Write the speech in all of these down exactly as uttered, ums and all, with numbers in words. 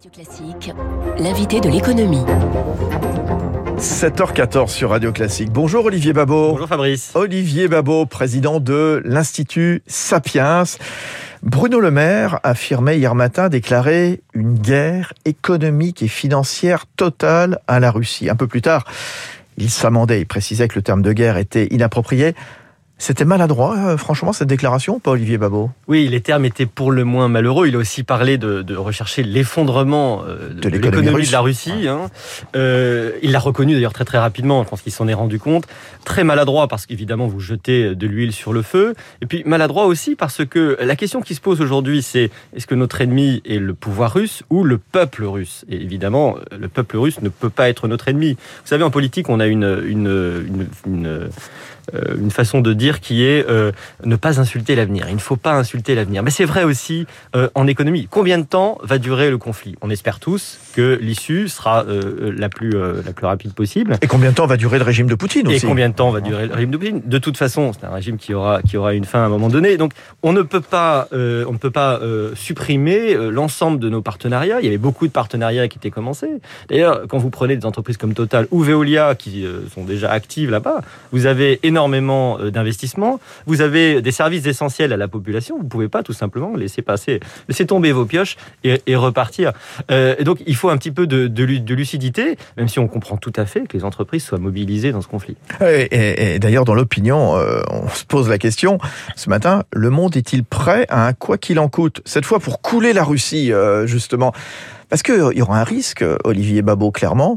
Radio Classique, l'invité de l'économie. sept heures quatorze sur Radio Classique. Bonjour Olivier Babot. Bonjour Fabrice. Olivier Babot, président de l'Institut Sapiens. Bruno Le Maire affirmait hier matin déclarer une guerre économique et financière totale à la Russie. Un peu plus tard, il s'amendait, il précisait que le terme de guerre était inapproprié. C'était maladroit, euh, franchement, cette déclaration, pas Olivier Babot? Oui, les termes étaient pour le moins malheureux. Il a aussi parlé de, de rechercher l'effondrement euh, de, de, l'économie de l'économie russe. de la Russie. Ouais. Hein. Euh, il l'a reconnu d'ailleurs très très rapidement, je pense qu'il s'en est rendu compte. Très maladroit parce qu'évidemment vous jetez de l'huile sur le feu. Et puis maladroit aussi parce que la question qui se pose aujourd'hui, c'est est-ce que notre ennemi est le pouvoir russe ou le peuple russe? Et évidemment, le peuple russe ne peut pas être notre ennemi. Vous savez, en politique, on a une... une, une, une Euh, une façon de dire qui est euh, ne pas insulter l'avenir. Il ne faut pas insulter l'avenir. Mais c'est vrai aussi euh, en économie. Combien de temps va durer le conflit? On espère tous que l'issue sera euh, la plus euh, la plus rapide possible. Et combien de temps va durer le régime de Poutine aussi? Et combien de temps va durer le régime de Poutine? De toute façon, c'est un régime qui aura qui aura une fin à un moment donné. Donc on ne peut pas euh, on ne peut pas euh, supprimer euh, l'ensemble de nos partenariats. Il y avait beaucoup de partenariats qui étaient commencés. D'ailleurs, quand vous prenez des entreprises comme Total ou Veolia qui euh, sont déjà actives là-bas, vous avez énormément d'investissements, vous avez des services essentiels à la population, vous ne pouvez pas tout simplement laisser passer, laisser tomber vos pioches et, et repartir. Euh, et donc il faut un petit peu de, de, de lucidité, même si on comprend tout à fait que les entreprises soient mobilisées dans ce conflit. Et, et, et d'ailleurs dans l'opinion, euh, on se pose la question, ce matin, le monde est-il prêt à un quoi qu'il en coûte? Cette fois pour couler la Russie, euh, justement. Parce qu'il y aura un risque, Olivier Babot, clairement.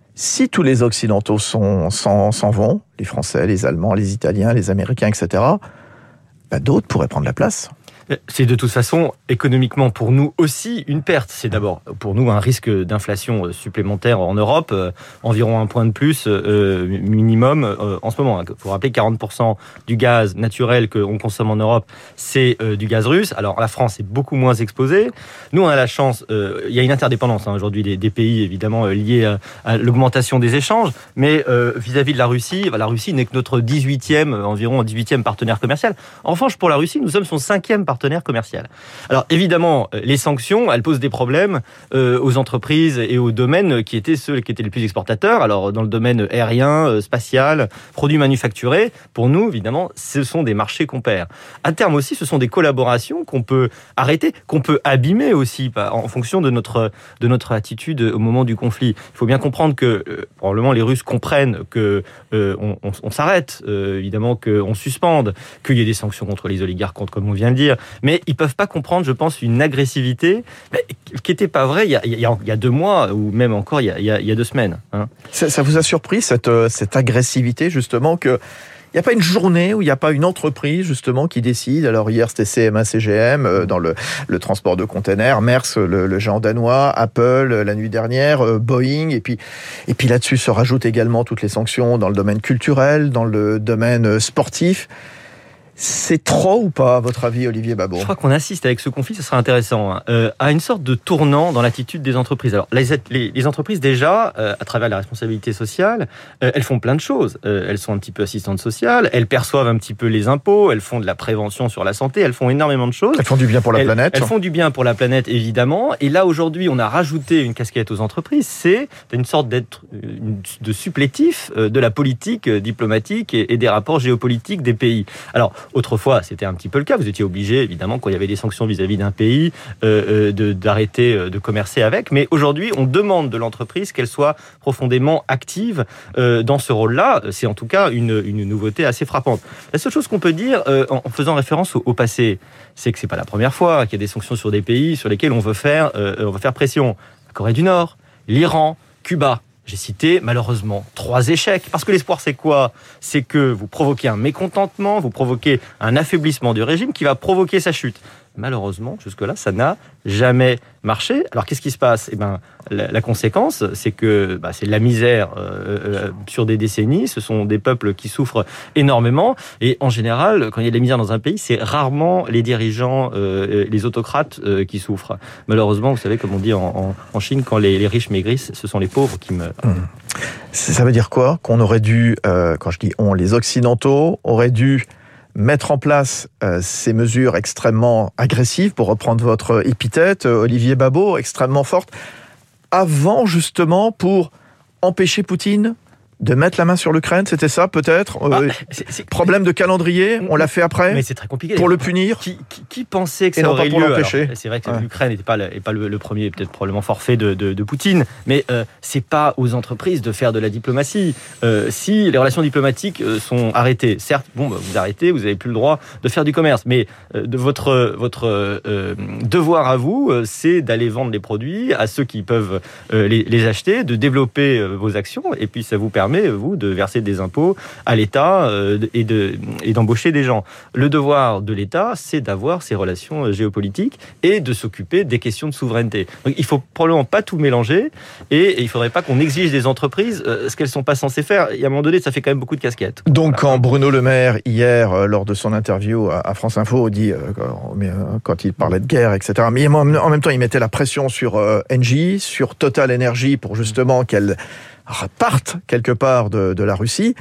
Si tous les Occidentaux sont, s'en, s'en vont, les Français, les Allemands, les Italiens, les Américains, et cetera, bah d'autres pourraient prendre la place. C'est de toute façon, économiquement, pour nous aussi, une perte. C'est d'abord, pour nous, un risque d'inflation supplémentaire en Europe, euh, environ un point de plus euh, minimum euh, en ce moment. Il faut rappeler que quarante pour cent du gaz naturel qu'on consomme en Europe, c'est euh, du gaz russe. Alors, la France est beaucoup moins exposée. Nous, on a la chance, euh, il y a une interdépendance hein, aujourd'hui des, des pays, évidemment, euh, liés à, à l'augmentation des échanges. Mais euh, vis-à-vis de la Russie, bah, la Russie n'est que notre dix-huitième, environ dix-huitième partenaire commercial. En revanche, pour la Russie, nous sommes son cinquième partenaire commercial. Alors évidemment, les sanctions, elles posent des problèmes euh, aux entreprises et aux domaines qui étaient ceux qui étaient les plus exportateurs. Alors dans le domaine aérien, euh, spatial, produits manufacturés, pour nous, évidemment, ce sont des marchés qu'on perd. À terme aussi, ce sont des collaborations qu'on peut arrêter, qu'on peut abîmer aussi en fonction de notre, de notre attitude au moment du conflit. Il faut bien comprendre que euh, probablement les Russes comprennent que euh, on, on, on s'arrête, euh, évidemment qu'on suspende, qu'il y ait des sanctions contre les oligarques, comme on vient de dire. Mais ils ne peuvent pas comprendre, je pense, une agressivité qui n'était pas vraie il y, a, il, y a, il y a deux mois ou même encore il y a, il y a, il y a deux semaines. Hein. Ça, ça vous a surpris, cette, cette agressivité, justement, que il n'y a pas une journée où il n'y a pas une entreprise, justement, qui décide. Alors, hier, c'était C M A C G M euh, dans le, le transport de containers, Maersk, le, le géant danois, Apple, la nuit dernière, euh, Boeing. Et puis, et puis là-dessus se rajoutent également toutes les sanctions dans le domaine culturel, dans le domaine sportif. C'est trop ou pas, à votre avis, Olivier Babot? Je crois qu'on assiste avec ce conflit, ce sera intéressant, hein, euh, à une sorte de tournant dans l'attitude des entreprises. Alors, les, les, les entreprises, déjà, euh, à travers la responsabilité sociale, euh, elles font plein de choses. Euh, elles sont un petit peu assistantes sociales, elles perçoivent un petit peu les impôts, elles font de la prévention sur la santé, elles font énormément de choses. Elles font du bien pour la elles, planète. Elles font du bien pour la planète, évidemment. Et là, aujourd'hui, on a rajouté une casquette aux entreprises. C'est une sorte d'être de supplétif de la politique diplomatique et, et des rapports géopolitiques des pays. Alors, autrefois, c'était un petit peu le cas. Vous étiez obligé, évidemment, quand il y avait des sanctions vis-à-vis d'un pays, euh, de, d'arrêter de commercer avec. Mais aujourd'hui, on demande de l'entreprise qu'elle soit profondément active euh, dans ce rôle-là. C'est en tout cas une, une nouveauté assez frappante. La seule chose qu'on peut dire, euh, en faisant référence au, au passé, c'est que c'est pas la première fois qu'il y a des sanctions sur des pays sur lesquels on veut faire, euh, on veut faire pression. La Corée du Nord, l'Iran, Cuba. J'ai cité, malheureusement, trois échecs. Parce que l'espoir, c'est quoi? C'est que vous provoquez un mécontentement, vous provoquez un affaiblissement du régime qui va provoquer sa chute. Malheureusement, jusque-là, ça n'a jamais marché. Alors, qu'est-ce qui se passe? Eh ben, la, la conséquence, c'est que bah, c'est de la misère euh, euh, sur des décennies. Ce sont des peuples qui souffrent énormément. Et en général, quand il y a de la misère dans un pays, c'est rarement les dirigeants, euh, les autocrates euh, qui souffrent. Malheureusement, vous savez, comme on dit en, en, en Chine, quand les, les riches maigrissent, ce sont les pauvres qui meurent. Mmh. Ça veut dire quoi? Qu'on aurait dû, euh, quand je dis on, les Occidentaux auraient dû mettre en place euh, ces mesures extrêmement agressives, pour reprendre votre épithète, euh, Olivier Babot, extrêmement fortes, avant justement pour empêcher Poutine de mettre la main sur l'Ukraine, c'était ça peut-être euh, ah, c'est, c'est... Problème de calendrier, on l'a fait après. Mais c'est très compliqué. Pour le punir. Qui, qui, qui pensait que ça aurait lieu? Alors, c'est vrai que ouais. l'Ukraine n'était pas, le, pas le, le premier, peut-être probablement forfait de, de, de Poutine, mais euh, c'est pas aux entreprises de faire de la diplomatie. Euh, si les relations diplomatiques euh, sont arrêtées, certes, bon, bah, vous arrêtez, vous n'avez plus le droit de faire du commerce, mais euh, de votre, votre euh, devoir à vous, euh, c'est d'aller vendre les produits à ceux qui peuvent euh, les, les acheter, de développer euh, vos actions, et puis ça vous permet vous, de verser des impôts à l'État euh, et, de, et d'embaucher des gens. Le devoir de l'État, c'est d'avoir ces relations géopolitiques et de s'occuper des questions de souveraineté. Donc, il ne faut probablement pas tout mélanger et, et il ne faudrait pas qu'on exige des entreprises euh, ce qu'elles ne sont pas censées faire. Et à un moment donné, ça fait quand même beaucoup de casquettes. Donc, voilà. Quand Bruno Le Maire, hier, euh, lors de son interview à, à France Info, dit, euh, quand, euh, quand il parlait de guerre, et cetera, mais en même temps, il mettait la pression sur euh, Engie, sur Total Energy, pour justement qu'elle partent quelque part de, de la Russie.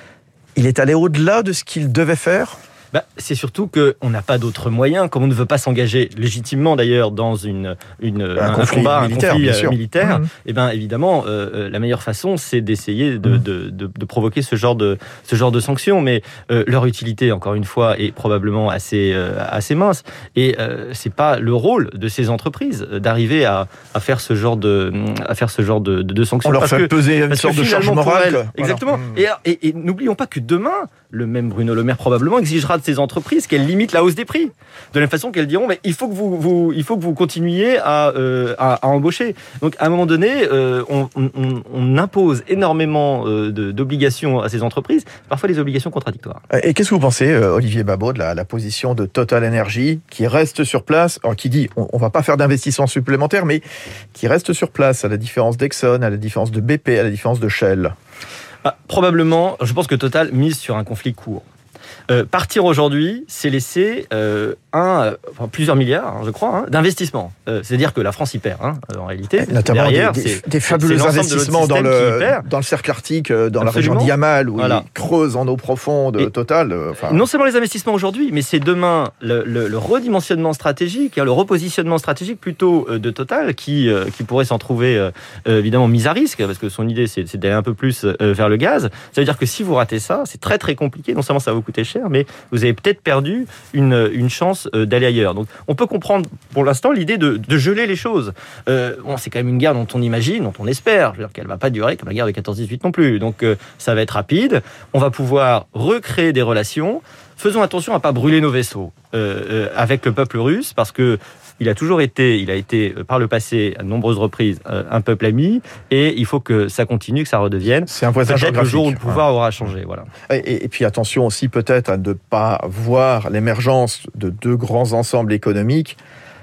Il est allé au-delà de ce qu'il devait faire ? Bah, c'est surtout qu'on n'a pas d'autres moyens, comme on ne veut pas s'engager légitimement d'ailleurs dans une, une, un, un combat, militaire, un conflit bien militaire, mmh. et ben évidemment euh, la meilleure façon c'est d'essayer de, mmh. de, de, de provoquer ce genre de, ce genre de sanctions, mais euh, leur utilité encore une fois est probablement assez, euh, assez mince, et euh, c'est pas le rôle de ces entreprises d'arriver à, à faire ce genre de, à faire ce genre de, de, de sanctions. On leur parce fait que, peser une sorte de charge morale. Elles, exactement. Voilà. Et, et, et n'oublions pas que demain, le même Bruno Le Maire probablement exigera de ces entreprises qu'elles limitent la hausse des prix. De la même façon qu'elles diront, mais il faut que vous, vous, il faut que vous continuiez à, euh, à, à embaucher. Donc à un moment donné, euh, on, on, on impose énormément euh, de, d'obligations à ces entreprises, parfois des obligations contradictoires. Et qu'est-ce que vous pensez, Olivier Babot, de la, la position de Total Energy, qui reste sur place, alors qui dit, on ne va pas faire d'investissement supplémentaire, mais qui reste sur place, à la différence d'Exxon, à la différence de B P, à la différence de Shell? Bah, probablement, je pense que Total mise sur un conflit court. Euh, partir aujourd'hui, c'est laisser euh, un, enfin, plusieurs milliards, hein, je crois, hein, d'investissements. Euh, c'est-à-dire que la France y perd, hein, en réalité. Et notamment derrière, des, des, c'est, des fabuleux c'est investissements dans le, dans le cercle arctique, dans Absolument. La région d'Yamal, où voilà. Ils creusent en eau profonde, et Total. Enfin... Non seulement les investissements aujourd'hui, mais c'est demain le, le, le redimensionnement stratégique, hein, le repositionnement stratégique plutôt euh, de Total, qui, euh, qui pourrait s'en trouver euh, évidemment mise à risque, parce que son idée, c'est, c'est d'aller un peu plus euh, vers le gaz. Ça veut dire que si vous ratez ça, c'est très très compliqué. Non seulement ça va vous coûter cher, mais vous avez peut-être perdu une, une chance d'aller ailleurs. Donc on peut comprendre pour l'instant l'idée de, de geler les choses. Euh, bon, c'est quand même une guerre dont on imagine, dont on espère, je veux dire qu'elle ne va pas durer comme la guerre de quatorze dix-huit non plus. Donc euh, ça va être rapide, on va pouvoir recréer des relations. Faisons attention à ne pas brûler nos vaisseaux euh, euh, avec le peuple russe, parce que il a toujours été, il a été par le passé à de nombreuses reprises un peuple ami, et il faut que ça continue, que ça redevienne. C'est un voisin géographique. Le jour où le pouvoir ouais. aura changé, voilà. Et, et puis attention aussi peut-être à ne pas voir l'émergence de deux grands ensembles économiques,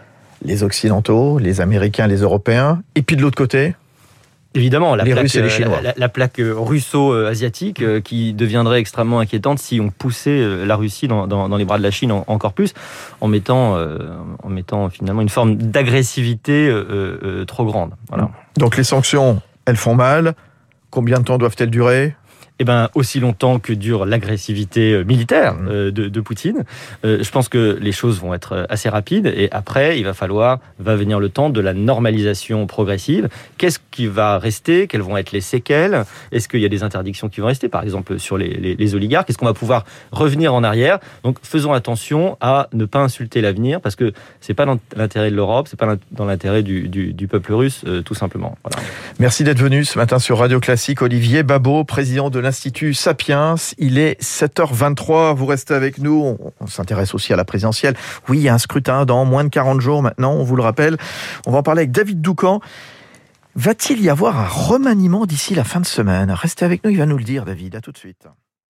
les Occidentaux, les Américains, les Européens, et puis de l'autre côté. Évidemment, la les plaque, Russes et les Chinois. La, la, la plaque russo-asiatique euh, qui deviendrait extrêmement inquiétante si on poussait la Russie dans, dans, dans les bras de la Chine en, encore plus, en mettant, euh, en mettant finalement une forme d'agressivité euh, euh, trop grande. Voilà. Donc les sanctions, elles font mal. Combien de temps doivent-elles durer ? Eh ben, aussi longtemps que dure l'agressivité militaire euh, de, de Poutine. Euh, je pense que les choses vont être assez rapides, et après, il va falloir, va venir le temps de la normalisation progressive. Qu'est-ce qui va rester ? Quelles vont être les séquelles ? Est-ce qu'il y a des interdictions qui vont rester, par exemple sur les, les, les oligarques ? Est-ce qu'on va pouvoir revenir en arrière ? Donc, faisons attention à ne pas insulter l'avenir, parce que c'est pas dans l'intérêt de l'Europe, c'est pas dans l'intérêt du, du, du peuple russe, euh, tout simplement. Voilà. Merci d'être venu ce matin sur Radio Classique, Olivier Babot, président de l'Institut Sapiens. Il est sept heures vingt-trois, vous restez avec nous, on s'intéresse aussi à la présidentielle. Oui, il y a un scrutin dans moins de quarante jours maintenant, on vous le rappelle. On va en parler avec David Doucan. Va-t-il y avoir un remaniement d'ici la fin de semaine ? Restez avec nous, il va nous le dire, David. À tout de suite.